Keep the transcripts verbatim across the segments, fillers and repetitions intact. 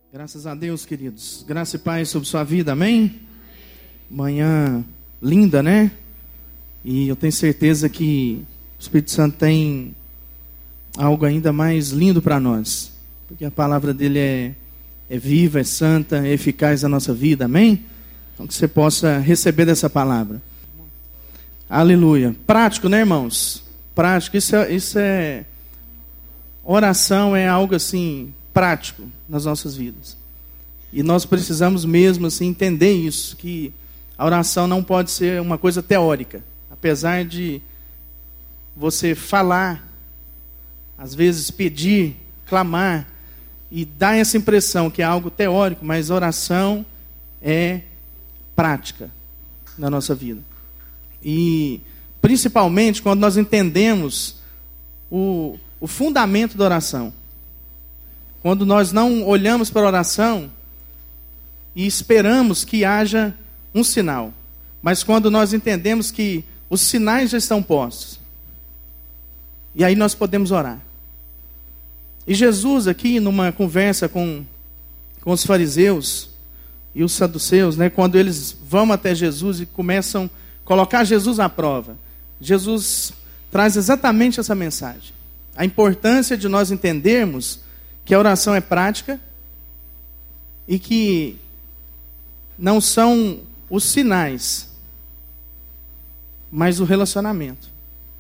Graças a Deus, queridos. Graça e paz sobre sua vida, amém? Manhã linda, né? E eu tenho certeza que o Espírito Santo tem algo ainda mais lindo para nós. Porque a palavra dele é, é viva, é santa, é eficaz na nossa vida, amém? Então que você possa receber dessa palavra. Aleluia. Prático, né, irmãos? Prático, isso é... Isso é... Oração é algo assim... prático nas nossas vidas. E nós precisamos mesmo assim entender isso, que a oração não pode ser uma coisa teórica. Apesar de você falar, às vezes pedir, clamar, e dar essa impressão que é algo teórico, mas oração é prática na nossa vida. E principalmente quando nós entendemos o, o fundamento da oração. Quando nós não olhamos para a oração e esperamos que haja um sinal. Mas quando nós entendemos que os sinais já estão postos. E aí nós podemos orar. E Jesus aqui, numa conversa com, com os fariseus e os saduceus, né, quando eles vão até Jesus e começam a colocar Jesus à prova, Jesus traz exatamente essa mensagem. A importância de nós entendermos que a oração é prática e que não são os sinais, mas o relacionamento.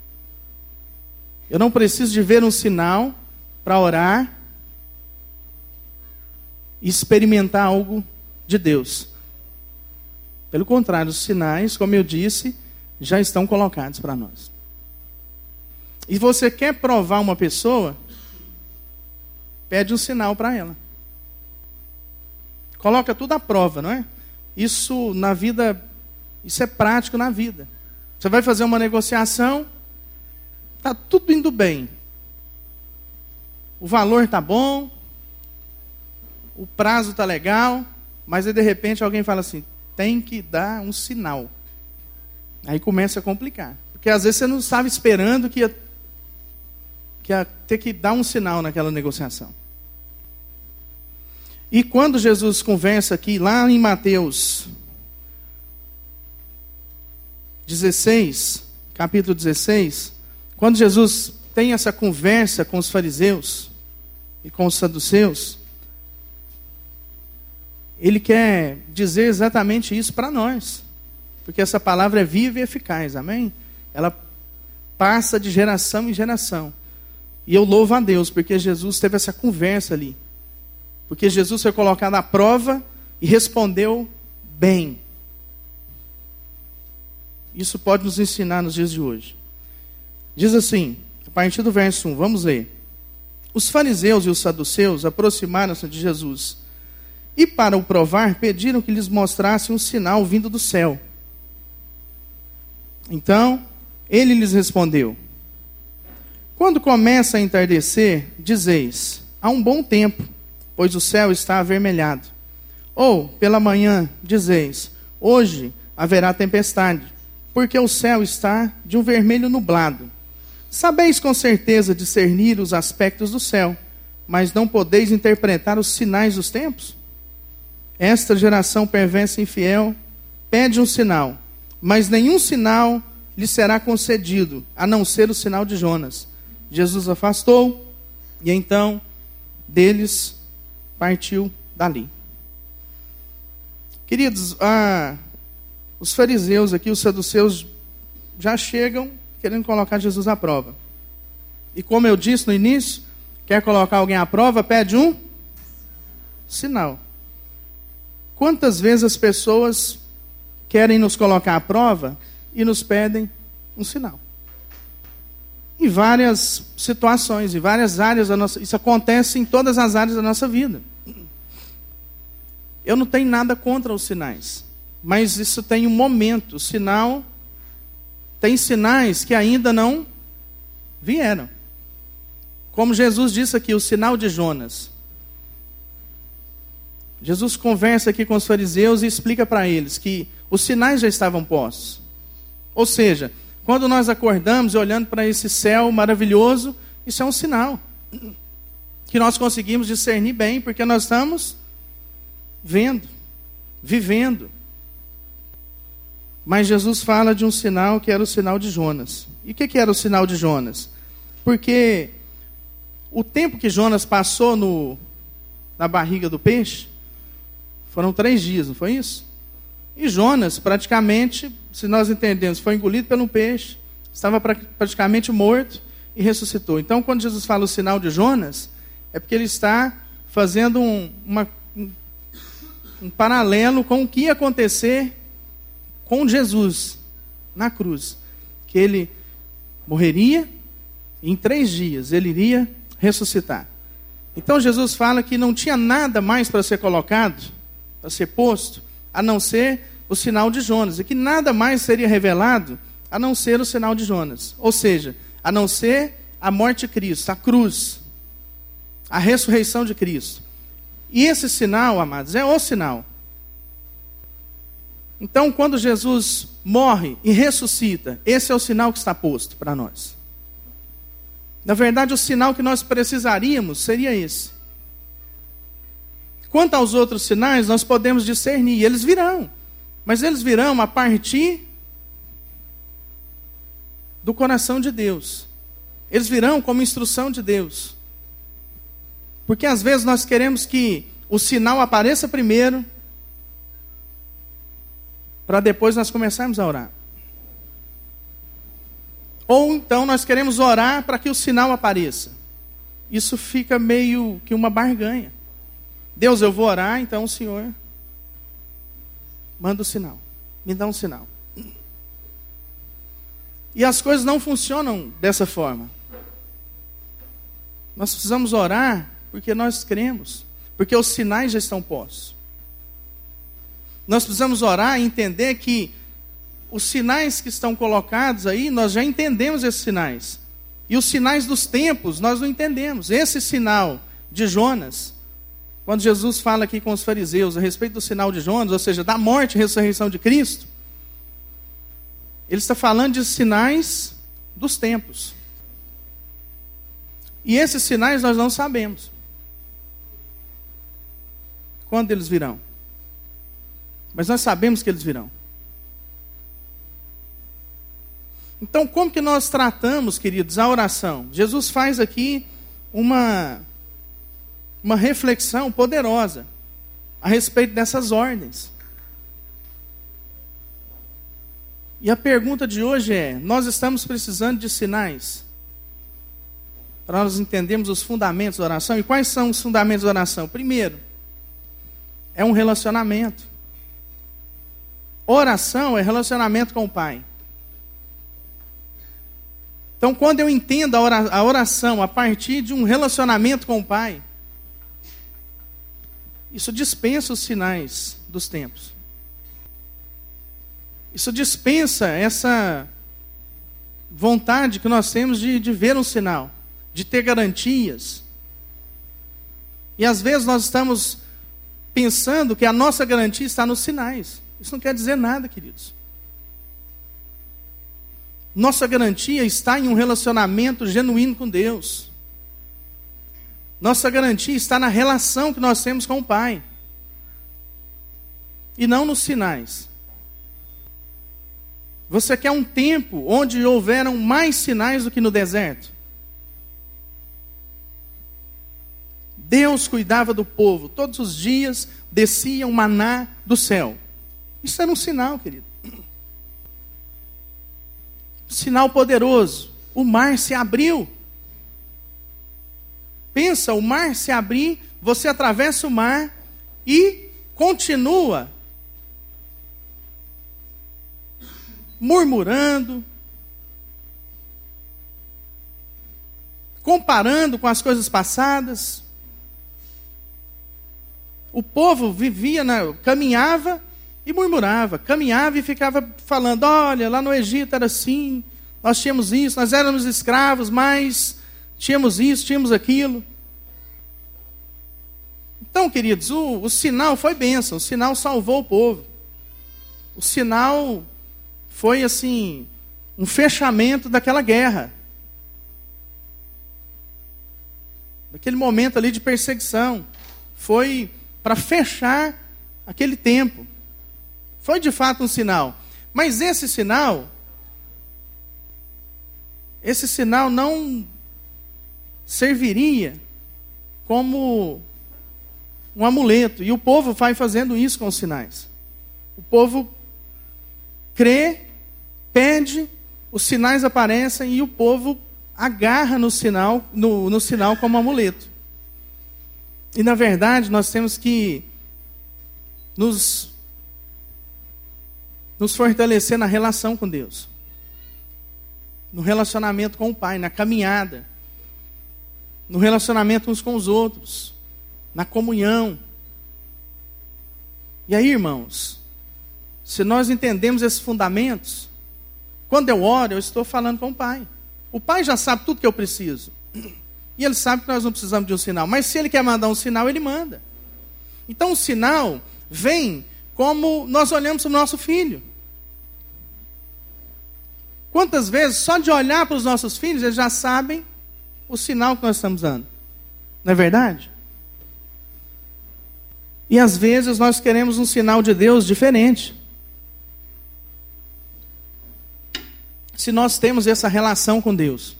Eu não preciso de ver um sinal para orar e experimentar algo de Deus. Pelo contrário, os sinais, como eu disse, já estão colocados para nós. E você quer provar uma pessoa? Pede um sinal para ela. Coloca tudo à prova, não é? Isso na vida, isso é prático na vida. Você vai fazer uma negociação, está tudo indo bem. O valor está bom, o prazo está legal, mas aí de repente alguém fala assim, tem que dar um sinal. Aí começa a complicar. Porque às vezes você não estava esperando que ia, que ia ter que dar um sinal naquela negociação. E quando Jesus conversa aqui, lá em Mateus dezesseis, capítulo dezesseis, quando Jesus tem essa conversa com os fariseus e com os saduceus, ele quer dizer exatamente isso para nós. Porque essa palavra é viva e eficaz, amém? Ela passa de geração em geração. E eu louvo a Deus, porque Jesus teve essa conversa ali. Porque Jesus foi colocado à prova e respondeu bem. Isso pode nos ensinar nos dias de hoje. Diz assim, a partir do verso um, vamos ler. Os fariseus e os saduceus aproximaram-se de Jesus. E para o provar, pediram que lhes mostrasse um sinal vindo do céu. Então, ele lhes respondeu. Quando começa a entardecer, dizeis, há um bom tempo, pois o céu está avermelhado. Ou, pela manhã, dizeis, hoje haverá tempestade, porque o céu está de um vermelho nublado. Sabeis com certeza discernir os aspectos do céu, mas não podeis interpretar os sinais dos tempos? Esta geração perversa e infiel pede um sinal, mas nenhum sinal lhe será concedido, a não ser o sinal de Jonas. Jesus afastou, e então deles partiu dali. Queridos, ah, os fariseus aqui, os saduceus, já chegam querendo colocar Jesus à prova. E como eu disse no início, quer colocar alguém à prova, pede um sinal. Quantas vezes as pessoas querem nos colocar à prova e nos pedem um sinal? Em várias situações, em várias áreas da nossa... Isso acontece em todas as áreas da nossa vida. Eu não tenho nada contra os sinais, mas isso tem um momento. O sinal... Tem sinais que ainda não vieram. Como Jesus disse aqui, o sinal de Jonas. Jesus conversa aqui com os fariseus e explica para eles que os sinais já estavam postos. Ou seja... Quando nós acordamos e olhando para esse céu maravilhoso, isso é um sinal que nós conseguimos discernir bem, porque nós estamos vendo, vivendo. Mas Jesus fala de um sinal que era o sinal de Jonas. E o que, que era o sinal de Jonas? Porque o tempo que Jonas passou no, na barriga do peixe, foram três dias, não foi isso? E Jonas, praticamente, se nós entendemos, foi engolido pelo peixe, estava praticamente morto e ressuscitou. Então, quando Jesus fala o sinal de Jonas, é porque ele está fazendo um, uma, um, um paralelo com o que ia acontecer com Jesus na cruz. Que ele morreria e em três dias ele iria ressuscitar. Então Jesus fala que não tinha nada mais para ser colocado, para ser posto, a não ser o sinal de Jonas. E que nada mais seria revelado a não ser o sinal de Jonas. Ou seja, a não ser a morte de Cristo, a cruz, a ressurreição de Cristo. E esse sinal, amados, é o sinal. Então, quando Jesus morre e ressuscita, esse é o sinal que está posto para nós. Na verdade, o sinal que nós precisaríamos seria esse. Quanto aos outros sinais, nós podemos discernir, eles virão. Mas eles virão a partir do coração de Deus. Eles virão como instrução de Deus. Porque às vezes nós queremos que o sinal apareça primeiro, para depois nós começarmos a orar. Ou então nós queremos orar para que o sinal apareça. Isso fica meio que uma barganha. Deus, eu vou orar, então o Senhor manda o sinal. Me dá um sinal. E as coisas não funcionam dessa forma. Nós precisamos orar porque nós cremos. Porque os sinais já estão postos. Nós precisamos orar e entender que os sinais que estão colocados aí, nós já entendemos esses sinais. E os sinais dos tempos, nós não entendemos. Esse sinal de Jonas, quando Jesus fala aqui com os fariseus a respeito do sinal de Jonas, ou seja, da morte e ressurreição de Cristo, ele está falando de sinais dos tempos. E esses sinais nós não sabemos quando eles virão. Mas nós sabemos que eles virão. Então, como que nós tratamos, queridos, a oração? Jesus faz aqui uma, uma reflexão poderosa a respeito dessas ordens. E a pergunta de hoje é, nós estamos precisando de sinais para nós entendermos os fundamentos da oração? E quais são os fundamentos da oração? Primeiro, é um relacionamento. Oração é relacionamento com o Pai. Então, quando eu entendo a oração a partir de um relacionamento com o Pai, isso dispensa os sinais dos tempos. Isso dispensa essa vontade que nós temos de, de ver um sinal, de ter garantias. E às vezes nós estamos pensando que a nossa garantia está nos sinais. Isso não quer dizer nada, queridos. Nossa garantia está em um relacionamento genuíno com Deus. Nossa garantia está na relação que nós temos com o Pai. E não nos sinais. Você quer um tempo onde houveram mais sinais do que no deserto? Deus cuidava do povo. Todos os dias descia um maná do céu. Isso era um sinal, querido. Sinal poderoso. O mar se abriu. Pensa, o mar se abrir, você atravessa o mar e continua murmurando, comparando com as coisas passadas. O povo vivia, na, caminhava e murmurava, caminhava e ficava falando, olha, lá no Egito era assim, nós tínhamos isso, nós éramos escravos, mas tínhamos isso, tínhamos aquilo. Então, queridos, o, o sinal foi bênção, o sinal salvou o povo. O sinal foi, assim, um fechamento daquela guerra. Daquele momento ali de perseguição. Foi para fechar aquele tempo. Foi de fato um sinal. Mas esse sinal, esse sinal não serviria como um amuleto. E o povo vai fazendo isso com os sinais. O povo crê, pede, os sinais aparecem e o povo agarra no sinal, no, no sinal como amuleto. E na verdade nós temos que nos, nos fortalecer na relação com Deus. No relacionamento com o Pai, na caminhada. No relacionamento uns com os outros. Na comunhão. E aí, irmãos, se nós entendemos esses fundamentos, quando eu oro, eu estou falando com o Pai. O Pai já sabe tudo que eu preciso. E Ele sabe que nós não precisamos de um sinal. Mas se Ele quer mandar um sinal, Ele manda. Então o sinal vem como nós olhamos para o nosso filho. Quantas vezes, só de olhar para os nossos filhos, eles já sabem o sinal que nós estamos dando. Não é verdade? E às vezes nós queremos um sinal de Deus diferente. Se nós temos essa relação com Deus,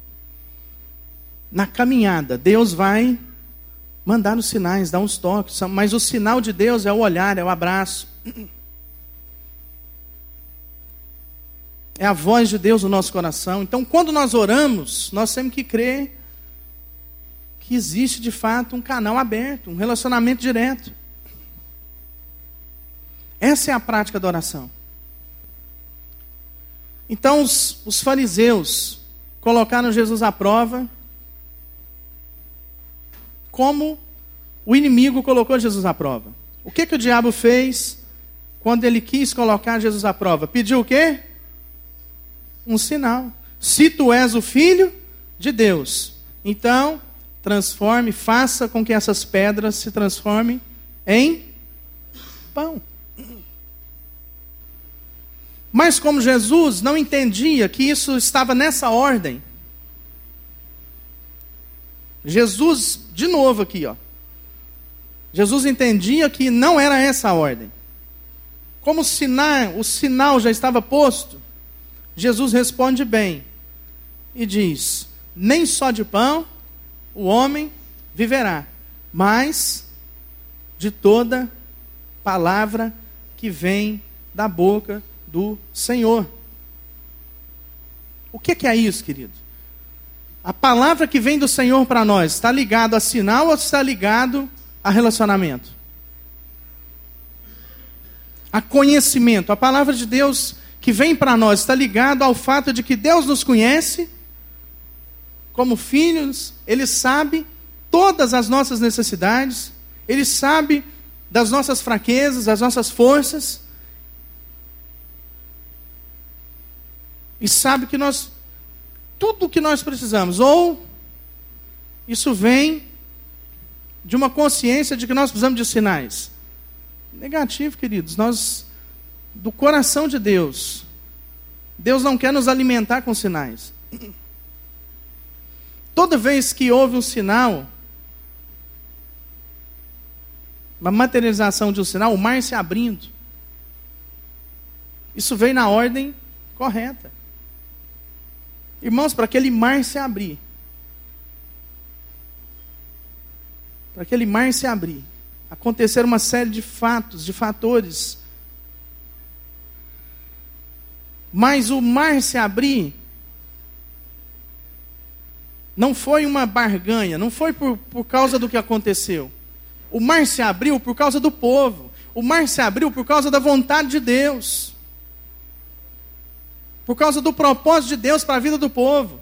na caminhada, Deus vai mandar os sinais, dar uns toques, mas o sinal de Deus é o olhar, é o abraço. É a voz de Deus no nosso coração. Então, quando nós oramos, nós temos que crer que existe de fato um canal aberto, um relacionamento direto. Essa é a prática da oração. Então os, os fariseus colocaram Jesus à prova, como o inimigo colocou Jesus à prova. O que, que o diabo fez quando ele quis colocar Jesus à prova? Pediu o quê? Um sinal. Se tu és o Filho de Deus, então transforme, faça com que essas pedras se transformem em pão. Mas como Jesus não entendia que isso estava nessa ordem, Jesus, de novo aqui, ó, Jesus entendia que não era essa a ordem. Como o sinal, o sinal já estava posto, Jesus responde bem e diz: nem só de pão o homem viverá, mas de toda palavra que vem da boca do Senhor. O que, que é isso, querido? A palavra que vem do Senhor para nós está ligado a sinal ou está ligado a relacionamento? A conhecimento. A palavra de Deus que vem para nós está ligado ao fato de que Deus nos conhece como filhos. Ele sabe todas as nossas necessidades. Ele sabe das nossas fraquezas, das nossas forças. E sabe que nós, tudo o que nós precisamos, ou isso vem de uma consciência de que nós precisamos de sinais. Negativo, queridos. Nós, do coração de Deus, Deus não quer nos alimentar com sinais. Toda vez que houve um sinal, uma materialização de um sinal, o mar se abrindo, isso veio na ordem correta. Irmãos, para aquele mar se abrir, para aquele mar se abrir, aconteceram uma série de fatos, de fatores. Mas o mar se abrir não foi uma barganha, não foi por, por causa do que aconteceu. O mar se abriu por causa do povo. O mar se abriu por causa da vontade de Deus. Por causa do propósito de Deus para a vida do povo.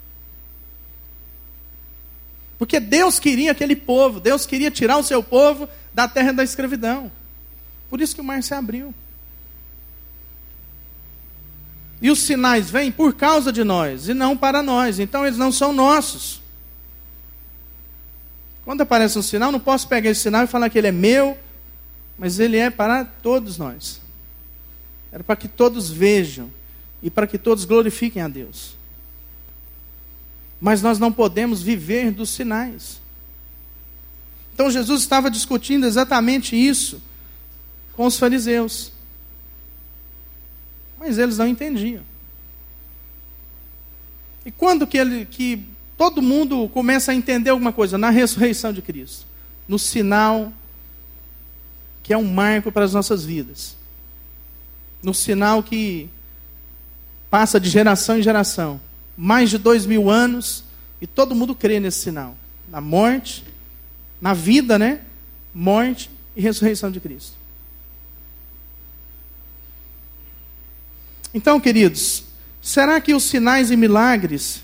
Porque Deus queria aquele povo, Deus queria tirar o seu povo da terra da escravidão. Por isso que o mar se abriu. E os sinais vêm por causa de nós, e não para nós. Então eles não são nossos. Quando aparece um sinal, não posso pegar esse sinal e falar que ele é meu, mas ele é para todos nós. Era para que todos vejam. E para que todos glorifiquem a Deus. Mas nós não podemos viver dos sinais. Então Jesus estava discutindo exatamente isso com os fariseus. Mas eles não entendiam. E quando que, ele, que todo mundo começa a entender alguma coisa? Na ressurreição de Cristo. No sinal que é um marco para as nossas vidas. No sinal que passa de geração em geração. Mais de dois mil anos, e todo mundo crê nesse sinal. Na morte, na vida, né? Morte e ressurreição de Cristo. Então, queridos, será que os sinais e milagres,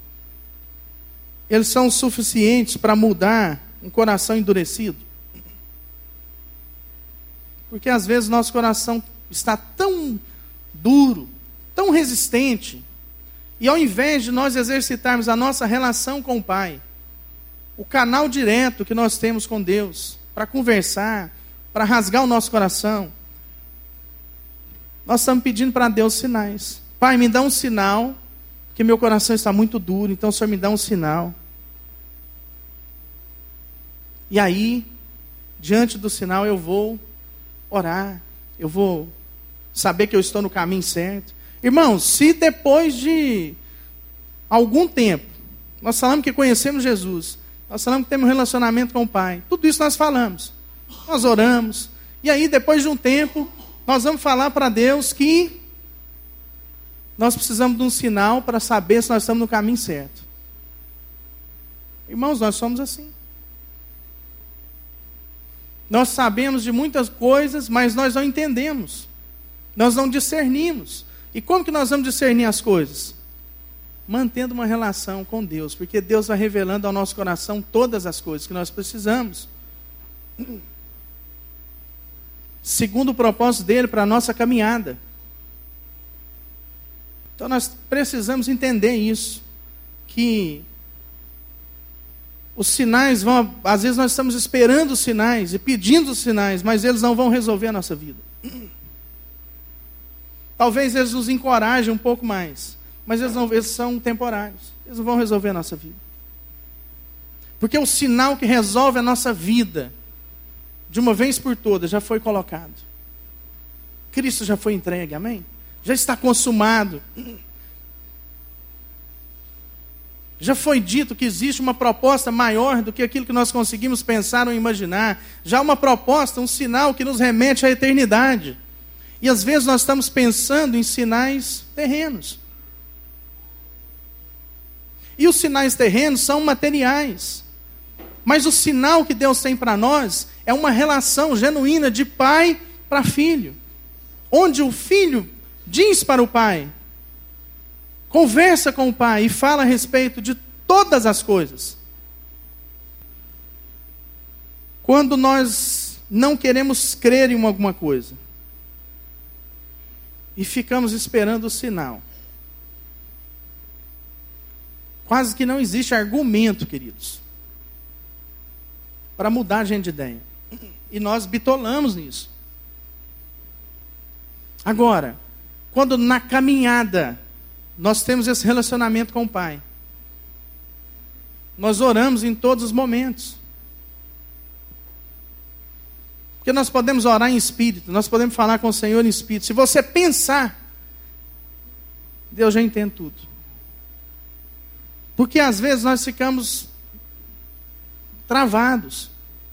eles são suficientes para mudar um coração endurecido? Porque às vezes nosso coração está tão duro, tão resistente, e ao invés de nós exercitarmos a nossa relação com o Pai, o canal direto que nós temos com Deus, para conversar, para rasgar o nosso coração, nós estamos pedindo para Deus sinais. Pai, me dá um sinal, porque meu coração está muito duro, então o Senhor me dá um sinal. E aí, diante do sinal, eu vou orar, eu vou saber que eu estou no caminho certo. Irmãos, se depois de algum tempo, nós falamos que conhecemos Jesus, nós falamos que temos um relacionamento com o Pai, tudo isso nós falamos, nós oramos, e aí depois de um tempo, nós vamos falar para Deus que nós precisamos de um sinal para saber se nós estamos no caminho certo. Irmãos, nós somos assim. Nós sabemos de muitas coisas, mas nós não entendemos. Nós não discernimos. E como que nós vamos discernir as coisas? Mantendo uma relação com Deus, porque Deus vai revelando ao nosso coração todas as coisas que nós precisamos. Segundo o propósito dele para a nossa caminhada. Então nós precisamos entender isso, que os sinais vão, às vezes nós estamos esperando os sinais e pedindo os sinais, mas eles não vão resolver a nossa vida. Talvez eles nos encorajem um pouco mais, mas eles, não, eles são temporários, eles não vão resolver a nossa vida. Porque o sinal que resolve a nossa vida, de uma vez por todas, já foi colocado. Cristo já foi entregue, amém? Já está consumado. Já foi dito que existe uma proposta maior do que aquilo que nós conseguimos pensar ou imaginar. Já uma proposta, um sinal que nos remete à eternidade. E às vezes nós estamos pensando em sinais terrenos. E os sinais terrenos são materiais. Mas o sinal que Deus tem para nós é uma relação genuína de pai para filho. Onde o filho diz para o pai, conversa com o pai e fala a respeito de todas as coisas. Quando nós não queremos crer em alguma coisa e ficamos esperando o sinal, quase que não existe argumento, queridos, para mudar a gente de ideia. E nós bitolamos nisso. Agora, quando na caminhada nós temos esse relacionamento com o Pai, nós oramos em todos os momentos. Porque nós podemos orar em espírito, nós podemos falar com o Senhor em espírito. Se você pensar, Deus já entende tudo. Porque às vezes nós ficamos travados.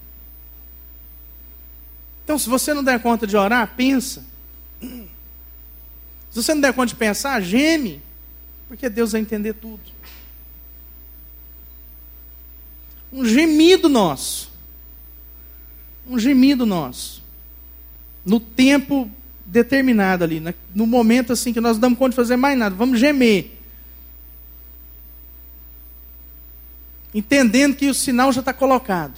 Então, se você não der conta de orar, pensa. Se você não der conta de pensar, geme. Porque Deus vai entender tudo. Um gemido nosso. Um gemido nosso. No tempo determinado ali. No momento assim que nós não damos conta de fazer mais nada. Vamos gemer. Entendendo que o sinal já está colocado.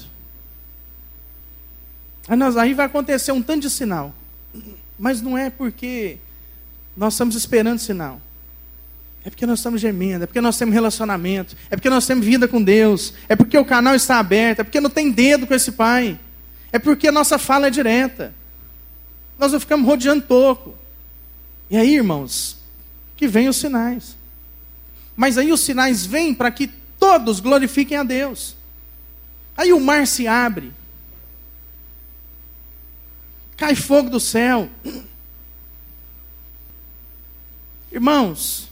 Aí, nós, aí vai acontecer um tanto de sinal. Mas não é porque nós estamos esperando sinal. É porque nós estamos gemendo. É porque nós temos relacionamento. É porque nós temos vida com Deus. É porque o canal está aberto. É porque não tem dedo com esse pai. É porque a nossa fala é direta. Nós não ficamos rodeando toco. E aí, irmãos, que vem os sinais. Mas aí os sinais vêm para que todos glorifiquem a Deus. Aí o mar se abre. Cai fogo do céu. Irmãos,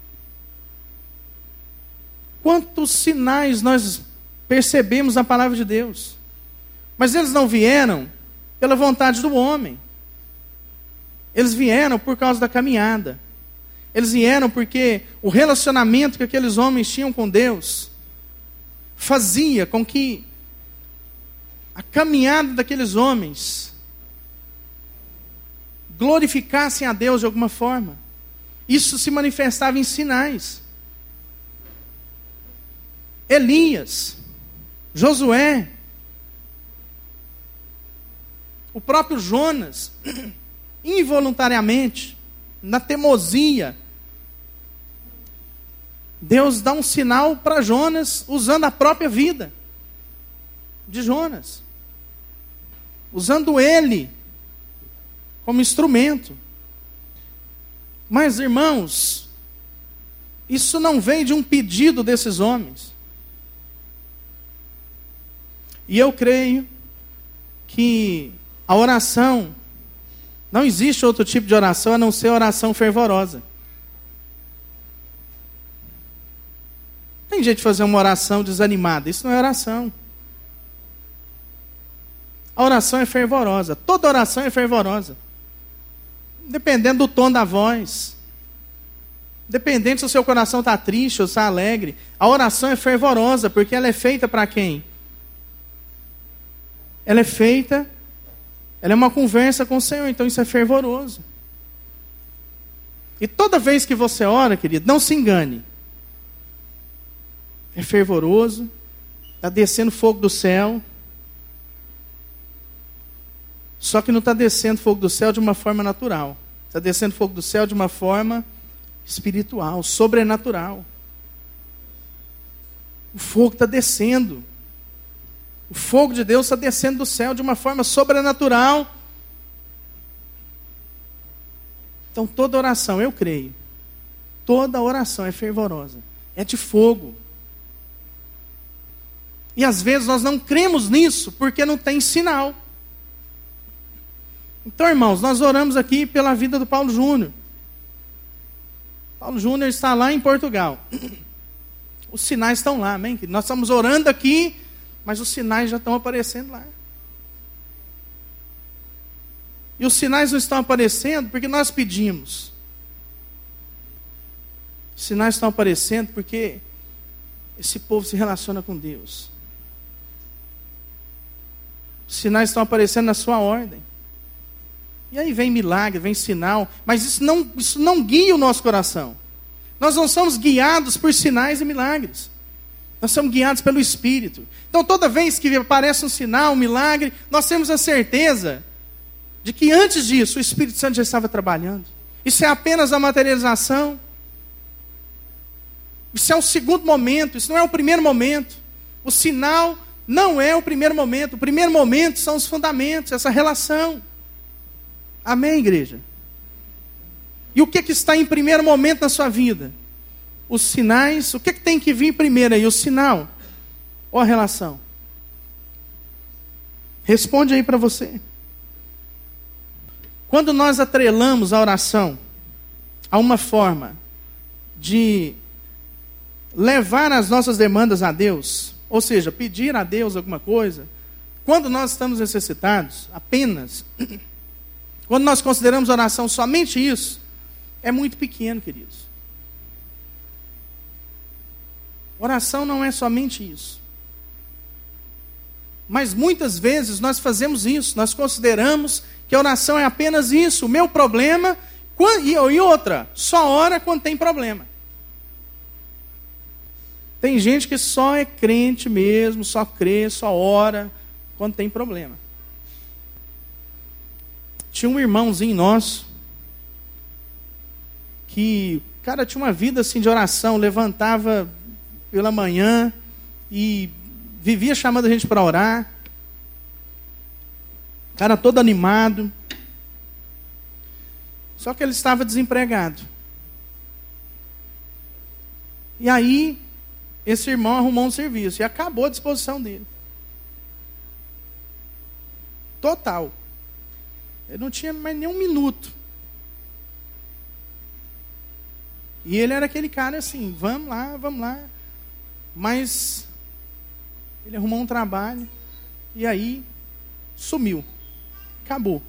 quantos sinais nós percebemos na palavra de Deus, mas eles não vieram pela vontade do homem, eles vieram por causa da caminhada, eles vieram porque o relacionamento que aqueles homens tinham com Deus fazia com que a caminhada daqueles homens glorificassem a Deus de alguma forma. Isso se manifestava em sinais. Elias, Josué, o próprio Jonas, involuntariamente, na teimosia, Deus dá um sinal para Jonas usando a própria vida de Jonas, usando ele como instrumento. Mas, irmãos, isso não vem de um pedido desses homens. E eu creio que a oração, não existe outro tipo de oração a não ser oração fervorosa. Tem gente de fazer uma oração desanimada, isso não é oração. A oração é fervorosa, toda oração é fervorosa. Dependendo do tom da voz, dependendo se o seu coração está triste ou está alegre, a oração é fervorosa, porque ela é feita para quem? Ela é feita, ela é uma conversa com o Senhor, então isso é fervoroso. E toda vez que você ora, querido, não se engane. É fervoroso, está descendo fogo do céu, só que não está descendo fogo do céu de uma forma natural. Está descendo fogo do céu de uma forma espiritual, sobrenatural. O fogo está descendo. O fogo de Deus está descendo do céu de uma forma sobrenatural. Então toda oração, eu creio, toda oração é fervorosa, é de fogo. E às vezes nós não cremos nisso, porque não tem sinal. Então, irmãos, nós oramos aqui pela vida do Paulo Júnior. Paulo Júnior está lá em Portugal. Os sinais estão lá, amém? Nós estamos orando aqui, mas os sinais já estão aparecendo lá. E os sinais não estão aparecendo porque nós pedimos. Os sinais estão aparecendo porque esse povo se relaciona com Deus. Os sinais estão aparecendo na sua ordem. E aí vem milagre, vem sinal, mas isso não, isso não guia o nosso coração. Nós não somos guiados por sinais e milagres. Nós somos guiados pelo Espírito. Então toda vez que aparece um sinal, um milagre, nós temos a certeza de que antes disso o Espírito Santo já estava trabalhando. Isso é apenas a materialização. Isso é o segundo momento, isso não é o primeiro momento. O sinal não é o primeiro momento. O primeiro momento são os fundamentos, essa relação. Amém, igreja? E o que, que está em primeiro momento na sua vida? Os sinais. O que, que tem que vir primeiro aí? O sinal ou a relação? Responde aí para você. Quando nós atrelamos a oração a uma forma de levar as nossas demandas a Deus, ou seja, pedir a Deus alguma coisa, quando nós estamos necessitados, apenas, quando nós consideramos a oração somente isso, é muito pequeno, queridos. Oração não é somente isso. Mas muitas vezes nós fazemos isso, nós consideramos que a oração é apenas isso, o meu problema, e outra, só ora quando tem problema. Tem gente que só é crente mesmo, só crê, só ora quando tem problema. Tinha um irmãozinho nosso, que, cara, tinha uma vida assim de oração, levantava pela manhã e vivia chamando a gente para orar. Cara todo animado. Só que ele estava desempregado. E aí, esse irmão arrumou um serviço e acabou a disposição dele. Total. Ele não tinha mais nem um minuto. E ele era aquele cara assim, vamos lá, vamos lá. Mas ele arrumou um trabalho e aí sumiu. Acabou.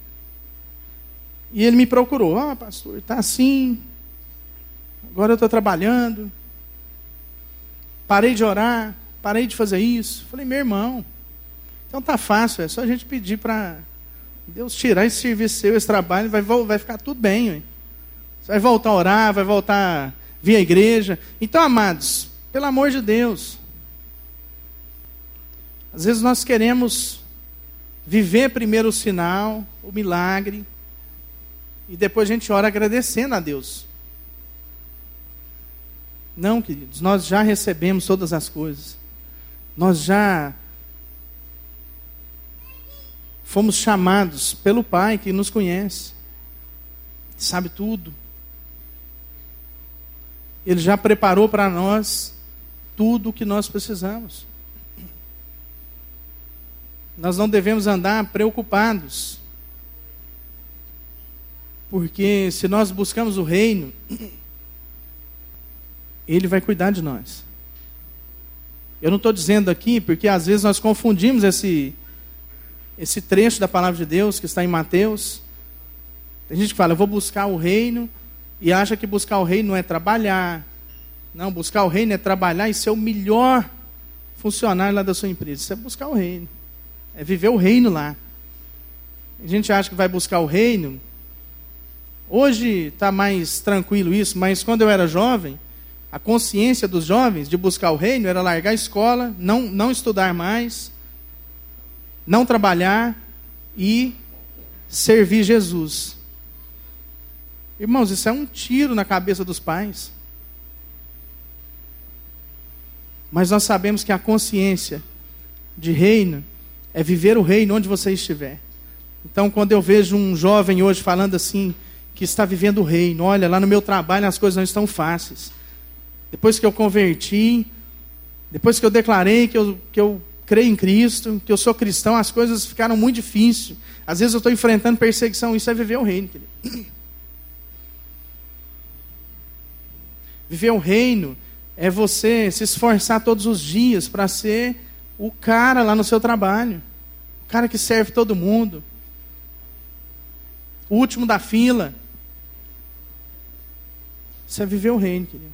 E ele me procurou. Ah, pastor, está assim. Agora eu estou trabalhando. Parei de orar. Parei de fazer isso. Falei, meu irmão, então tá fácil. É só a gente pedir para Deus tirar esse serviço seu, esse trabalho. Vai, vai ficar tudo bem. Ué. Você vai voltar a orar, vai voltar a vir à igreja. Então, amados, pelo amor de Deus. Às vezes nós queremos viver primeiro o sinal, o milagre. E depois a gente ora agradecendo a Deus. Não, queridos, nós já recebemos todas as coisas. Nós já fomos chamados pelo Pai que nos conhece. Sabe tudo. Ele já preparou para nós tudo o que nós precisamos. Nós não devemos andar preocupados. Porque se nós buscamos o reino, Ele vai cuidar de nós. Eu não estou dizendo aqui, porque às vezes nós confundimos esse, esse trecho da palavra de Deus que está em Mateus. Tem gente que fala, eu vou buscar o reino, e acha que buscar o reino não é trabalhar. Não, buscar o reino é trabalhar e ser o melhor funcionário lá da sua empresa. Isso é buscar o reino. É viver o reino lá. A gente acha que vai buscar o reino. Hoje está mais tranquilo isso, mas quando eu era jovem, a consciência dos jovens de buscar o reino era largar a escola, não, não estudar mais, não trabalhar e servir Jesus. Irmãos, isso é um tiro na cabeça dos pais. Mas nós sabemos que a consciência de reino é viver o reino onde você estiver. Então, quando eu vejo um jovem hoje falando assim, que está vivendo o reino, olha, lá no meu trabalho as coisas não estão fáceis. Depois que eu converti, depois que eu declarei que eu, que eu creio em Cristo, que eu sou cristão, as coisas ficaram muito difíceis. Às vezes eu estou enfrentando perseguição, isso é viver o reino, querido. Viver o reino é você se esforçar todos os dias para ser o cara lá no seu trabalho. O cara que serve todo mundo. O último da fila. Isso é viver o reino, querido.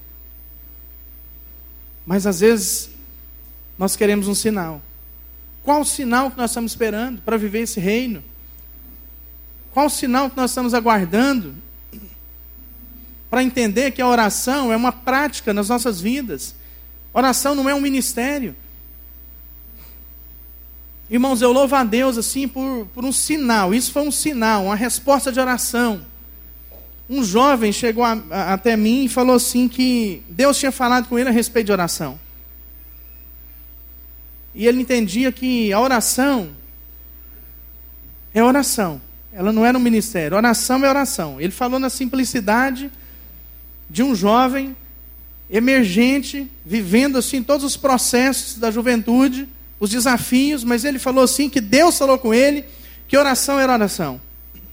Mas às vezes nós queremos um sinal. Qual o sinal que nós estamos esperando para viver esse reino? Qual o sinal que nós estamos aguardando para entender que a oração é uma prática nas nossas vidas? Oração não é um ministério. Irmãos, eu louvo a Deus assim por, por um sinal. Isso foi um sinal, uma resposta de oração. Um jovem chegou a, a, até mim e falou assim que Deus tinha falado com ele a respeito de oração. E ele entendia que a oração é oração. Ela não era um ministério. Oração é oração. Ele falou na simplicidade de um jovem emergente, vivendo assim todos os processos da juventude, os desafios, mas ele falou assim que Deus falou com ele que oração era oração.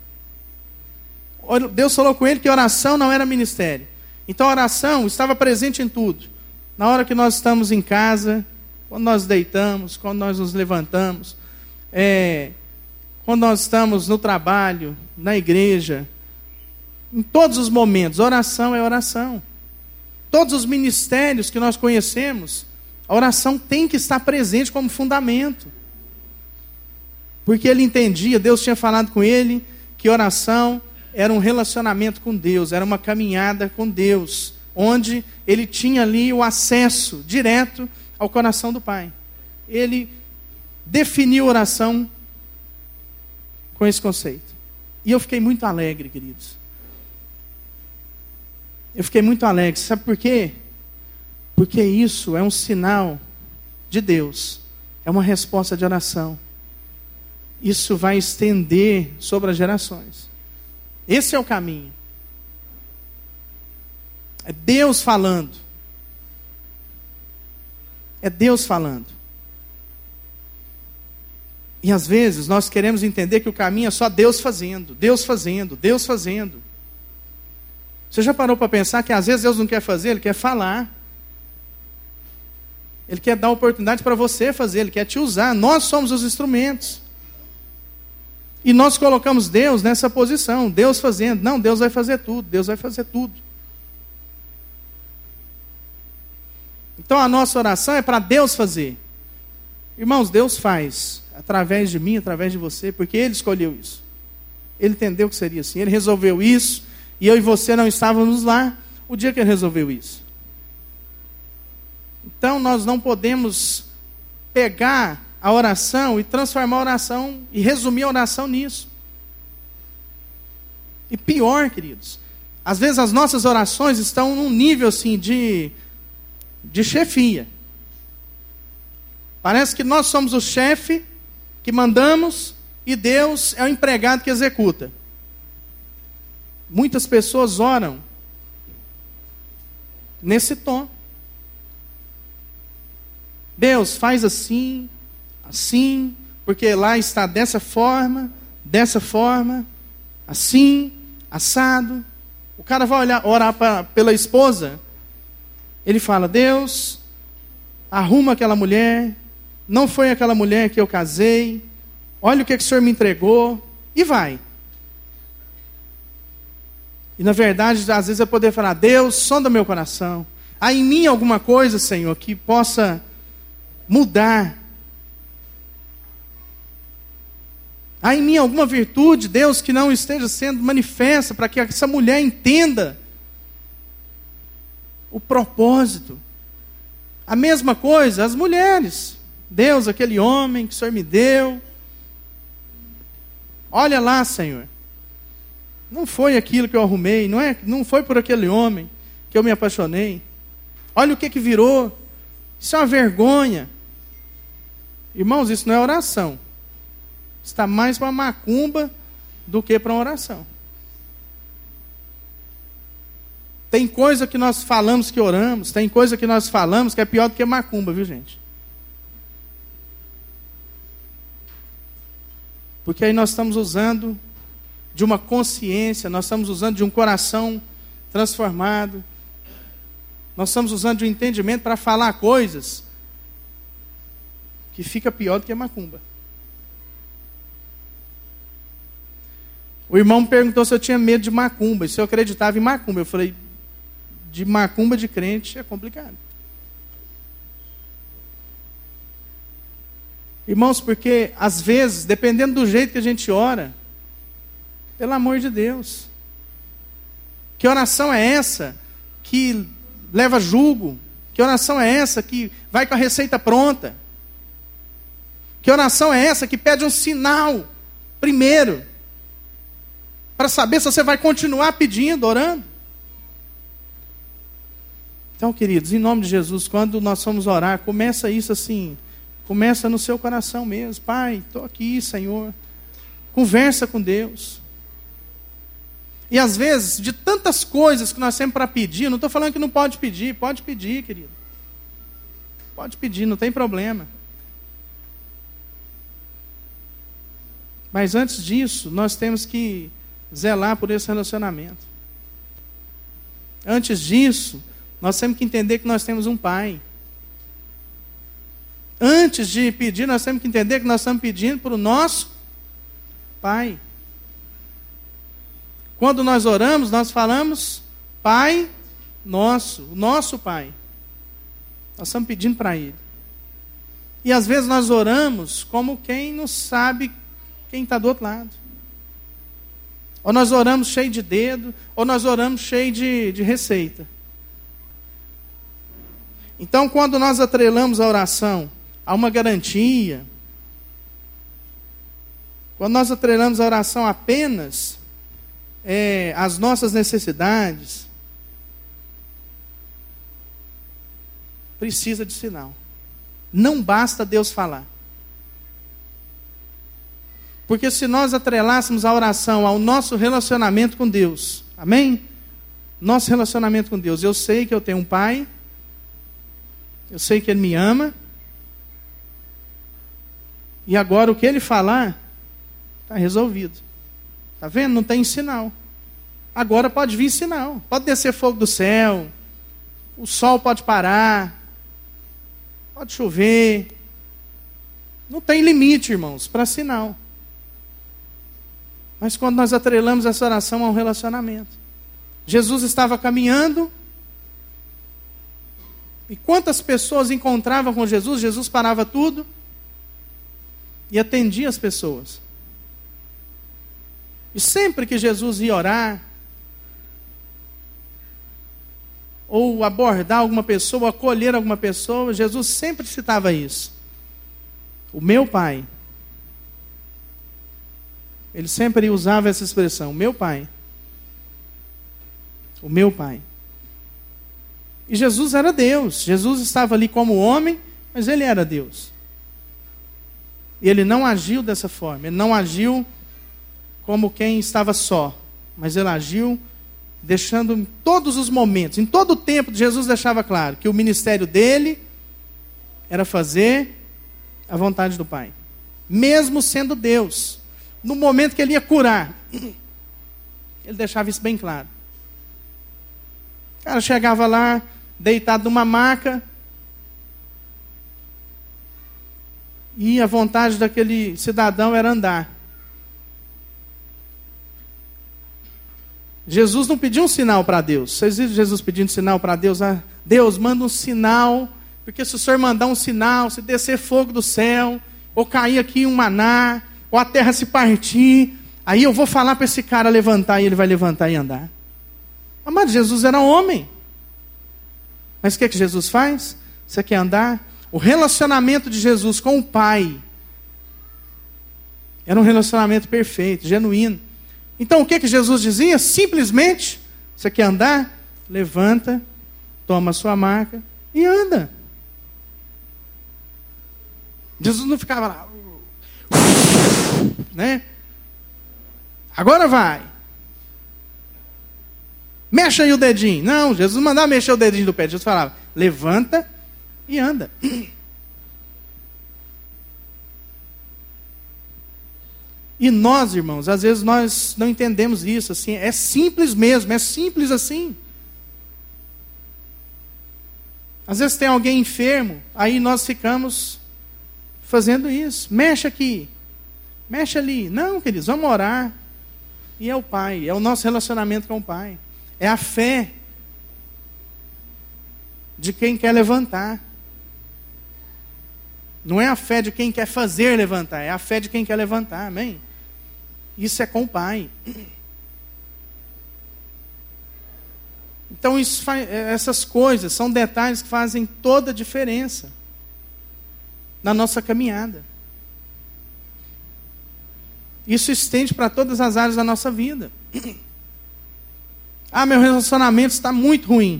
Deus falou com ele que oração não era ministério. Então a oração estava presente em tudo. Na hora que nós estamos em casa, quando nós deitamos, quando nós nos levantamos, é, quando nós estamos no trabalho, na igreja, em todos os momentos, oração é oração. Todos os ministérios que nós conhecemos, a oração tem que estar presente como fundamento. Porque ele entendia, Deus tinha falado com ele, que oração era um relacionamento com Deus, era uma caminhada com Deus, onde ele tinha ali o acesso direto ao coração do Pai. Ele definiu oração com esse conceito. E eu fiquei muito alegre, queridos. Eu fiquei muito alegre. Sabe por quê? Porque isso é um sinal de Deus. É uma resposta de oração. Isso vai estender sobre as gerações. Esse é o caminho. É Deus falando. É Deus falando. E às vezes nós queremos entender que o caminho é só Deus fazendo, Deus fazendo, Deus fazendo. Você já parou para pensar que às vezes Deus não quer fazer, Ele quer falar. Ele quer dar oportunidade para você fazer, Ele quer te usar. Nós somos os instrumentos. E nós colocamos Deus nessa posição, Deus fazendo. Não, Deus vai fazer tudo, Deus vai fazer tudo. Então a nossa oração é para Deus fazer. Irmãos, Deus faz através de mim, através de você, porque Ele escolheu isso. Ele entendeu que seria assim, Ele resolveu isso, e eu e você não estávamos lá o dia que Ele resolveu isso. Então nós não podemos pegar a oração e transformar a oração e resumir a oração nisso. E pior, queridos, às vezes as nossas orações estão num nível assim de, de chefia. Parece que nós somos o chefe que mandamos e Deus é o empregado que executa. Muitas pessoas oram nesse tom. Deus, faz assim, assim, porque lá está dessa forma, dessa forma, assim, assado. O cara vai olhar, orar pra, pela esposa, ele fala, Deus, arruma aquela mulher, não foi aquela mulher que eu casei, olha o que, que o Senhor me entregou, e vai. E na verdade, às vezes eu poder falar, Deus, sonda meu coração, há em mim alguma coisa, Senhor, que possa mudar. Há em mim alguma virtude, Deus, que não esteja sendo manifesta para que essa mulher entenda o propósito. A mesma coisa, as mulheres. Deus, aquele homem que o Senhor me deu. Olha lá, Senhor. Não foi aquilo que eu arrumei, não, é, não foi por aquele homem que eu me apaixonei. Olha o que que virou. Isso é uma vergonha. Irmãos, isso não é oração. Está mais para uma macumba do que para uma oração. Tem coisa que nós falamos que oramos, tem coisa que nós falamos que é pior do que macumba, viu, gente? Porque aí nós estamos usando de uma consciência, nós estamos usando de um coração transformado, nós estamos usando de um entendimento para falar coisas que fica pior do que macumba. O irmão me perguntou se eu tinha medo de macumba, e se eu acreditava em macumba. Eu falei, de macumba de crente é complicado. Irmãos, porque às vezes, dependendo do jeito que a gente ora, pelo amor de Deus, que oração é essa que leva julgo? Que oração é essa que vai com a receita pronta? Que oração é essa que pede um sinal primeiro, para saber se você vai continuar pedindo, orando? Então, queridos, em nome de Jesus, quando nós formos orar, começa isso assim, começa no seu coração mesmo. Pai, estou aqui, Senhor. Conversa com Deus. E às vezes, de tantas coisas que nós temos para pedir, não estou falando que não pode pedir, pode pedir, querido. Pode pedir, não tem problema. Mas antes disso, nós temos que zelar por esse relacionamento. Antes disso, nós temos que entender que nós temos um Pai. Antes de pedir, nós temos que entender que nós estamos pedindo para o nosso Pai. Quando nós oramos, nós falamos Pai nosso, o nosso Pai. Nós estamos pedindo para Ele. E às vezes nós oramos como quem não sabe quem está do outro lado. Ou nós oramos cheio de dedo, ou nós oramos cheio de, de receita. Então, quando nós atrelamos a oração a uma garantia, quando nós atrelamos a oração apenas é, às nossas necessidades, precisa de sinal. Não basta Deus falar. Porque se nós atrelássemos a oração ao nosso relacionamento com Deus, amém? Nosso relacionamento com Deus, eu sei que eu tenho um Pai, eu sei que Ele me ama, E agora o que ele falar, está resolvido. Está vendo? Não tem sinal. Agora pode vir sinal. Pode descer fogo do céu. O sol pode parar. Pode chover. Não tem limite, irmãos, para sinal. Mas quando nós atrelamos essa oração a um relacionamento. Jesus estava caminhando. E quantas pessoas encontravam com Jesus? Jesus parava tudo e atendia as pessoas. E sempre que Jesus ia orar, ou abordar alguma pessoa, ou acolher alguma pessoa, Jesus sempre citava isso. O meu Pai. Ele sempre usava essa expressão, o meu Pai. O meu Pai. E Jesus era Deus. Jesus estava ali como homem, mas ele era Deus. E ele não agiu dessa forma. Ele não agiu como quem estava só. Mas ele agiu deixando em todos os momentos, em todo o tempo, Jesus deixava claro que o ministério dele era fazer a vontade do Pai. Mesmo sendo Deus. No momento que ele ia curar, ele deixava isso bem claro. O cara chegava lá, deitado numa maca, e a vontade daquele cidadão era andar. Jesus não pediu um sinal para Deus. Vocês viram Jesus pedindo sinal para Deus? Ah, Deus, manda um sinal, porque se o Senhor mandar um sinal, se descer fogo do céu, ou cair aqui um maná, ou a terra se partir, aí eu vou falar para esse cara levantar, e ele vai levantar e andar. Amado, Jesus era homem. Mas o que, que Jesus faz? Você quer andar? O relacionamento de Jesus com o Pai era um relacionamento perfeito, genuíno. Então o que, que Jesus dizia? Simplesmente, você quer andar? Levanta, toma a sua maca e anda. Jesus não ficava lá, né? Agora vai. Mexa aí o dedinho. Não, Jesus não mandava mexer o dedinho do pé. Jesus falava, levanta e anda. E nós, irmãos, às vezes nós não entendemos isso. Assim, é simples mesmo, é simples assim. Às vezes tem alguém enfermo, aí nós ficamos fazendo isso. Mexe aqui, mexe ali. Não, queridos, vamos orar. E é o Pai, é o nosso relacionamento com o Pai. É a fé de quem quer levantar. Não é a fé de quem quer fazer levantar, é a fé de quem quer levantar, amém? Isso é com o Pai. Então isso faz, essas coisas são detalhes que fazem toda a diferença na nossa caminhada. Isso estende para todas as áreas da nossa vida. Ah, meu relacionamento está muito ruim.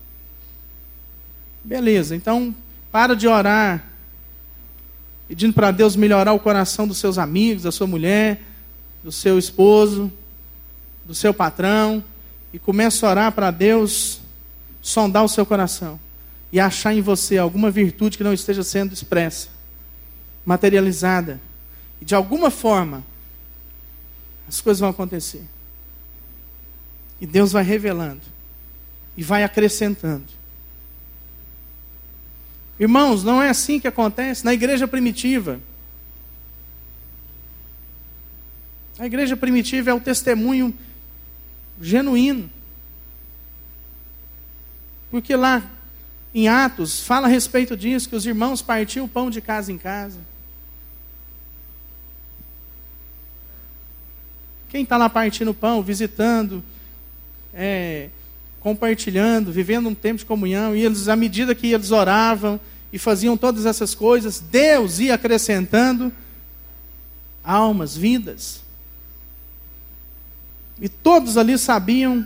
Beleza, então para de orar pedindo para Deus melhorar o coração dos seus amigos, da sua mulher, do seu esposo, do seu patrão, e começa a orar para Deus sondar o seu coração e achar em você alguma virtude que não esteja sendo expressa, materializada, e de alguma forma as coisas vão acontecer. E Deus vai revelando e vai acrescentando. Irmãos, não é assim que acontece na igreja primitiva. A igreja primitiva é o testemunho genuíno. Porque lá em Atos fala a respeito disso, que os irmãos partiam o pão de casa em casa. Quem está lá partindo o pão, visitando, é, compartilhando, vivendo um tempo de comunhão, e eles, à medida que eles oravam e faziam todas essas coisas, Deus ia acrescentando almas, vidas. E todos ali sabiam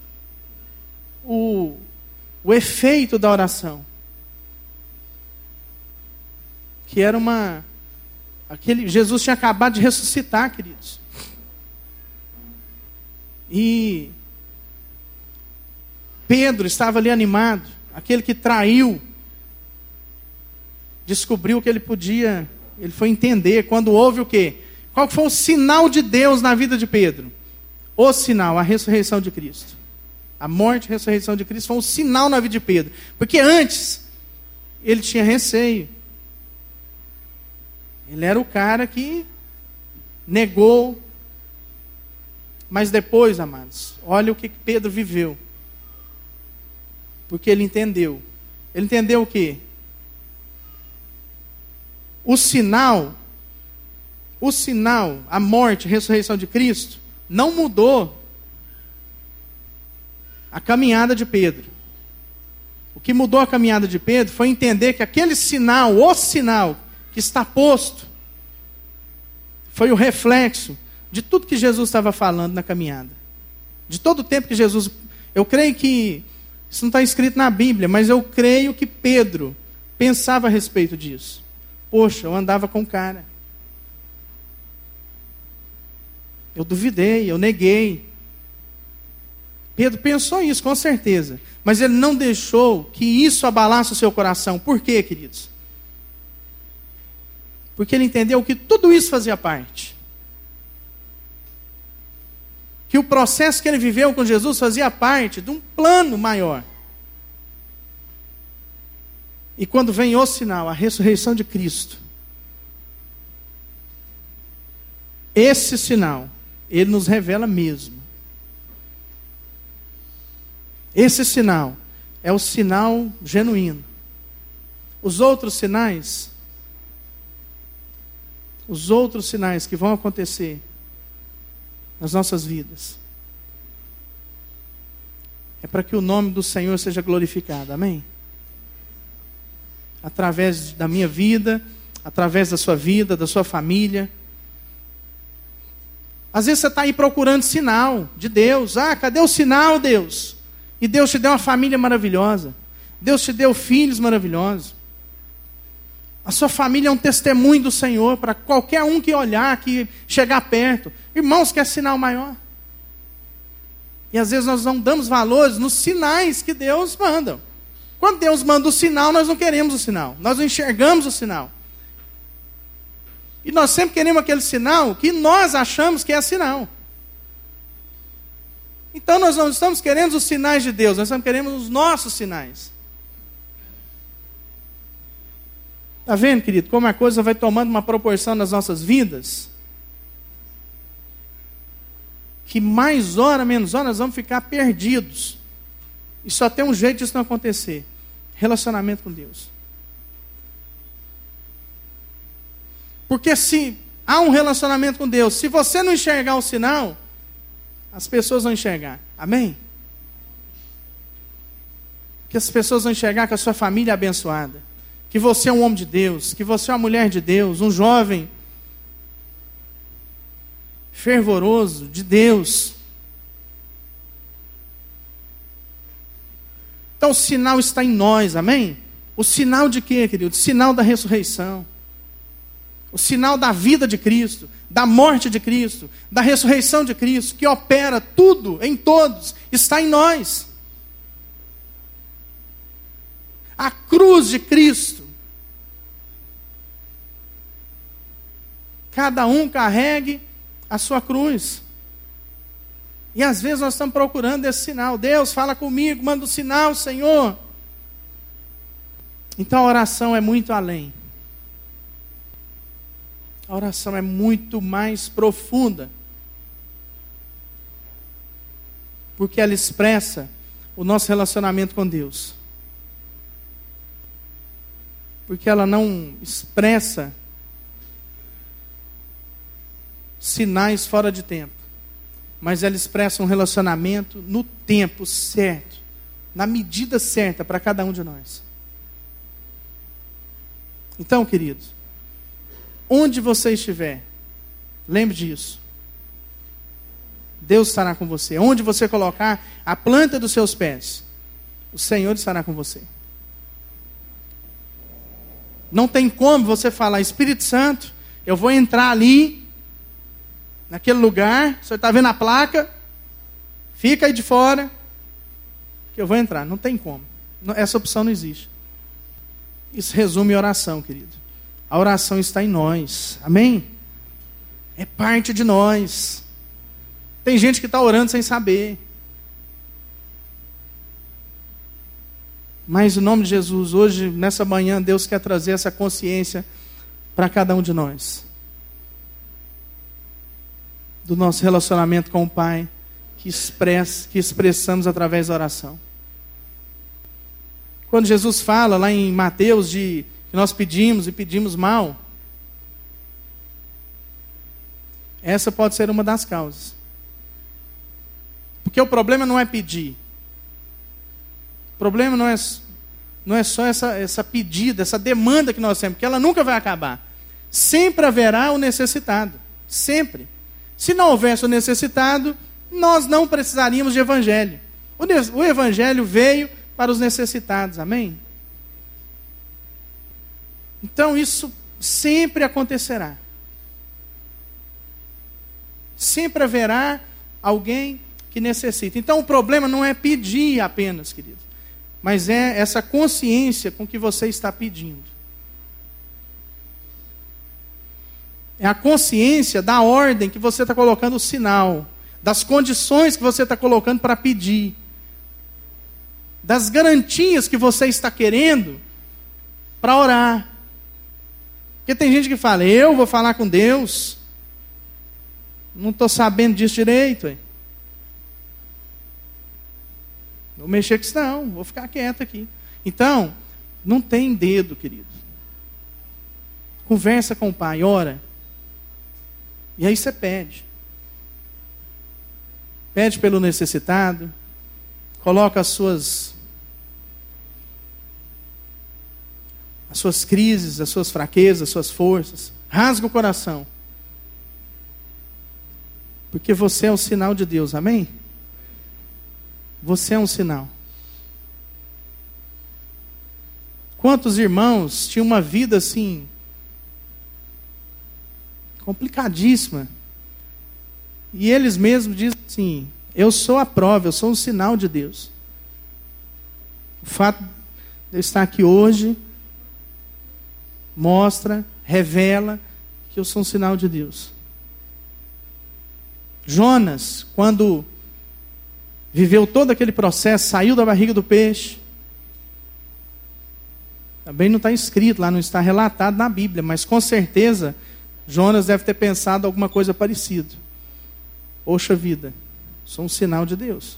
o, o efeito da oração. Que era uma... Aquele, Jesus tinha acabado de ressuscitar, queridos. E Pedro estava ali animado. Aquele que traiu, descobriu que ele podia ele foi entender quando houve o quê? Qual foi o sinal de Deus na vida de Pedro? O sinal, a ressurreição de Cristo. A morte e a ressurreição de Cristo foi um sinal na vida de Pedro. Porque antes, ele tinha receio. Ele era o cara que negou. Mas depois, amados, olha o que Pedro viveu. Porque ele entendeu. Ele entendeu o quê? O sinal, o sinal, a morte, a ressurreição de Cristo, não mudou a caminhada de Pedro. O que mudou a caminhada de Pedro foi entender que aquele sinal, o sinal que está posto, foi o reflexo de tudo que Jesus estava falando na caminhada. De todo o tempo que Jesus... Eu creio que... Isso não está escrito na Bíblia, mas eu creio que Pedro pensava a respeito disso. Poxa, eu andava com o cara. Eu duvidei, eu neguei. Pedro pensou isso, com certeza. Mas ele não deixou que isso abalasse o seu coração. Por quê, queridos? Porque ele entendeu que tudo isso fazia parte. Que o processo que ele viveu com Jesus fazia parte de um plano maior. E quando vem o sinal, a ressurreição de Cristo, esse sinal, ele nos revela mesmo. Esse sinal é o sinal genuíno. Os outros sinais, os outros sinais que vão acontecer nas nossas vidas, é para que o nome do Senhor seja glorificado, amém? Através da minha vida, através da sua vida, da sua família. Às vezes você está aí procurando sinal de Deus. Ah, cadê o sinal, Deus? E Deus te deu uma família maravilhosa. Deus te deu filhos maravilhosos. A sua família é um testemunho do Senhor para qualquer um que olhar, que chegar perto. Irmãos, quer sinal maior? E às vezes nós não damos valores nos sinais que Deus manda. Quando Deus manda o sinal, nós não queremos o sinal. Nós não enxergamos o sinal. E nós sempre queremos aquele sinal que nós achamos que é sinal. Então nós não estamos querendo os sinais de Deus, nós estamos querendo os nossos sinais. Está vendo, querido, como a coisa vai tomando uma proporção nas nossas vidas? Que mais hora, menos hora, nós vamos ficar perdidos. E só tem um jeito disso não acontecer. Relacionamento com Deus. Porque se há um relacionamento com Deus, se você não enxergar o sinal, as pessoas vão enxergar. Amém? Que as pessoas vão enxergar que a sua família é abençoada. Que você é um homem de Deus. Que você é uma mulher de Deus. Um jovem fervoroso de Deus. Então o sinal está em nós, amém? O sinal de quê, querido? O sinal da ressurreição. O sinal da vida de Cristo, da morte de Cristo, da ressurreição de Cristo, que opera tudo em todos, está em nós. A cruz de Cristo. Cada um carregue a sua cruz. E às vezes nós estamos procurando esse sinal. Deus, fala comigo, manda o sinal, Senhor. Então a oração é muito além. A oração é muito mais profunda. Porque ela expressa o nosso relacionamento com Deus. Porque ela não expressa sinais fora de tempo. Mas ela expressa um relacionamento no tempo certo. Na medida certa para cada um de nós. Então, queridos, onde você estiver, lembre disso. Deus estará com você. Onde você colocar a planta dos seus pés, o Senhor estará com você. Não tem como você falar, Espírito Santo, eu vou entrar ali, naquele lugar, você está vendo a placa, fica aí de fora, que eu vou entrar. Não tem como. Essa opção não existe. Isso resume oração, querido. A A oração está em nós. Amém? É parte de nós. Tem gente que está orando sem saber. Mas, em nome de Jesus, hoje, nessa manhã, Deus quer trazer essa consciência para cada um de nós. Do nosso relacionamento com o Pai, que, expressa, que expressamos através da oração. Quando Jesus fala lá em Mateus de que nós pedimos e pedimos mal, essa pode ser uma das causas. Porque o problema não é pedir. O problema não é, não é só essa, essa pedida, essa demanda que nós temos, porque ela nunca vai acabar. Sempre haverá o necessitado. Sempre. Se não houvesse o necessitado, nós não precisaríamos de evangelho. O, o evangelho veio para os necessitados. Amém? Então isso sempre acontecerá. Sempre haverá alguém que necessita. Então o problema não é pedir apenas, querido, mas é essa consciência com que você está pedindo. É a consciência da ordem que você está colocando o sinal, das condições que você está colocando para pedir, das garantias que você está querendo para orar. Porque tem gente que fala, eu vou falar com Deus, não estou sabendo disso direito. Hein? Vou mexer com isso não, vou ficar quieto aqui. Então, não tem dedo, querido. Conversa com o Pai, ora. E aí você pede. Pede pelo necessitado. Coloca as suas as suas crises, as suas fraquezas, as suas forças. Rasga o coração. Porque você é o sinal de Deus, amém? Você é um sinal. Quantos irmãos tinham uma vida assim, complicadíssima, e eles mesmos dizem assim, eu sou a prova, eu sou um sinal de Deus. O fato de eu estar aqui hoje mostra, revela que eu sou um sinal de Deus. Jonas, quando viveu todo aquele processo, saiu da barriga do peixe, também não está escrito lá, não está relatado na Bíblia, mas com certeza Jonas deve ter pensado alguma coisa parecida. Poxa vida, sou um sinal de Deus.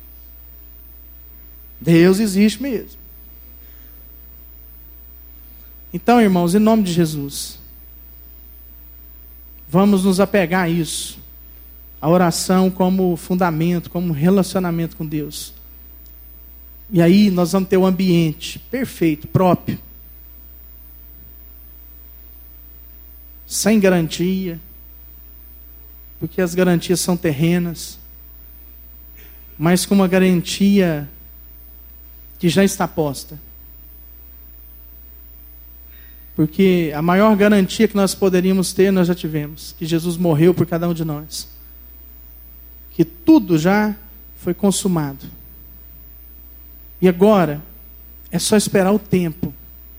Deus existe mesmo. Então, irmãos, em nome de Jesus, vamos nos apegar a isso. A oração como fundamento, como relacionamento com Deus. E aí nós vamos ter um ambiente perfeito, próprio. Sem garantia. Porque as garantias são terrenas. Mas com uma garantia que já está posta. Porque a maior garantia que nós poderíamos ter, nós já tivemos. Que Jesus morreu por cada um de nós. Que tudo já foi consumado. E agora, é só esperar o tempo.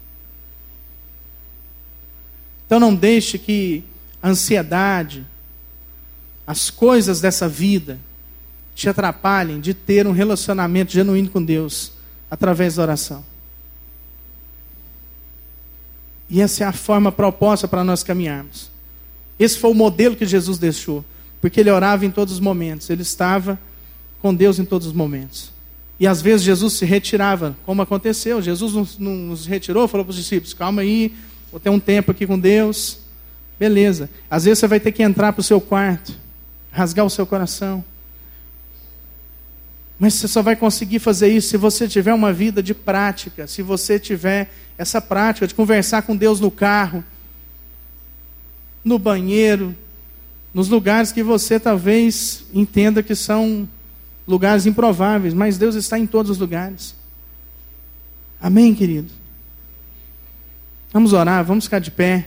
Então não deixe que a ansiedade, as coisas dessa vida, te atrapalhem de ter um relacionamento genuíno com Deus, através da oração. E essa é a forma proposta para nós caminharmos. Esse foi o modelo que Jesus deixou. Porque ele orava em todos os momentos. Ele estava com Deus em todos os momentos. E às vezes Jesus se retirava, como aconteceu. Jesus não, não nos retirou, falou para os discípulos, calma aí, vou ter um tempo aqui com Deus. Beleza. Às vezes você vai ter que entrar para o seu quarto, rasgar o seu coração. Mas você só vai conseguir fazer isso se você tiver uma vida de prática. Se você tiver essa prática de conversar com Deus no carro, no banheiro, nos lugares que você talvez entenda que são lugares improváveis, mas Deus está em todos os lugares. Amém, querido? Vamos orar, vamos ficar de pé.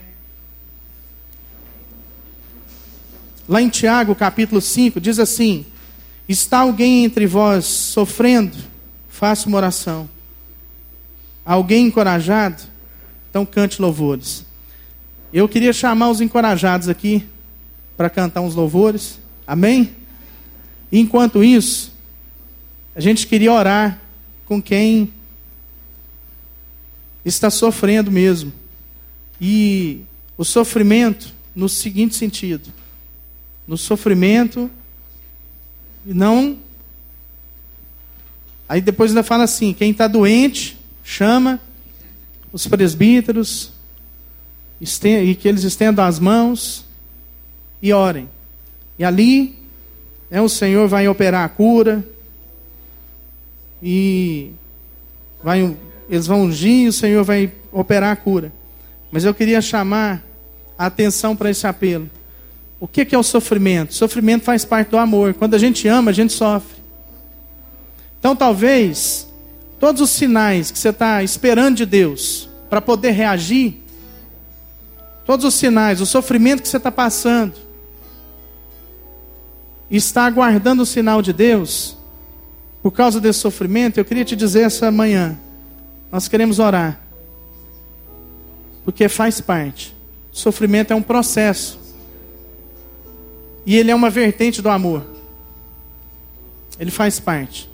Lá em Tiago, capítulo cinco, diz assim: está alguém entre vós sofrendo? Faça uma oração. Alguém encorajado? Então cante louvores. Eu queria chamar os encorajados aqui para cantar uns louvores. Amém? E enquanto isso, a gente queria orar com quem está sofrendo mesmo. E o sofrimento no seguinte sentido: no sofrimento, não. Aí depois ainda fala assim: quem está doente, chama os presbíteros, e que eles estendam as mãos e orem. E ali, né, o Senhor vai operar a cura, e vai, eles vão ungir, e o Senhor vai operar a cura. Mas eu queria chamar a atenção para esse apelo. O que é o sofrimento? O sofrimento faz parte do amor. Quando a gente ama, a gente sofre. Então talvez todos os sinais que você está esperando de Deus para poder reagir, todos os sinais, o sofrimento que você está passando, e está aguardando o sinal de Deus, por causa desse sofrimento, eu queria te dizer essa manhã, nós queremos orar, porque faz parte. O sofrimento é um processo, e ele é uma vertente do amor. Ele faz parte.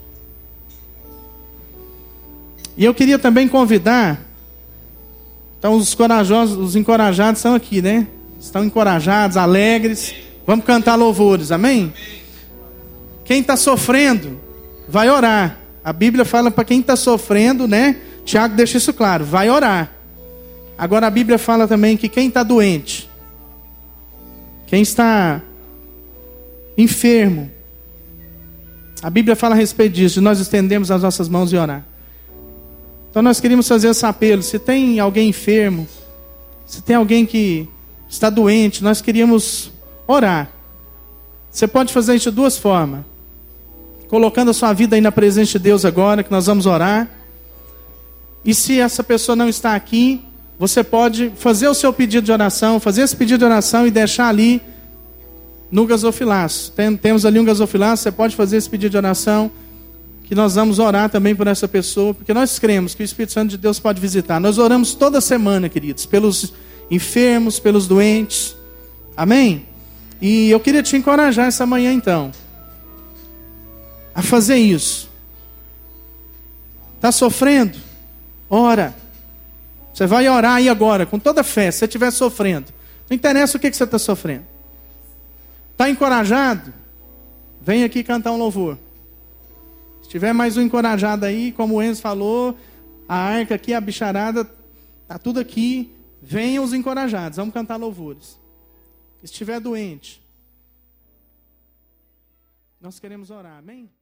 E eu queria também convidar, então os corajosos, os encorajados estão aqui, né? Estão encorajados, alegres. Vamos cantar louvores, amém? Quem está sofrendo, vai orar. A Bíblia fala para quem está sofrendo, né? Tiago deixa isso claro, vai orar. Agora a Bíblia fala também que quem está doente, quem está enfermo, a Bíblia fala a respeito disso, de nós estendemos as nossas mãos e orar. Então nós queríamos fazer esse apelo. Se tem alguém enfermo, se tem alguém que está doente, nós queríamos orar. Você pode fazer isso de duas formas: colocando a sua vida aí na presença de Deus agora, que nós vamos orar. E se essa pessoa não está aqui, você pode fazer o seu pedido de oração, fazer esse pedido de oração e deixar ali no gasofilaço. Tem, temos ali um gasofilaço, você pode fazer esse pedido de oração, que nós vamos orar também por essa pessoa, porque nós cremos que o Espírito Santo de Deus pode visitar. Nós oramos toda semana, queridos, pelos enfermos, pelos doentes. Amém? E eu queria te encorajar essa manhã então, a fazer isso. Está sofrendo? Ora. Você vai orar aí agora, com toda fé, se você estiver sofrendo. Não interessa o que, que você está sofrendo. Está encorajado? Vem aqui cantar um louvor. Se tiver mais um encorajado aí, como o Enzo falou, a arca aqui, a bicharada, está tudo aqui. Venham os encorajados, vamos cantar louvores. Se estiver doente, nós queremos orar, amém?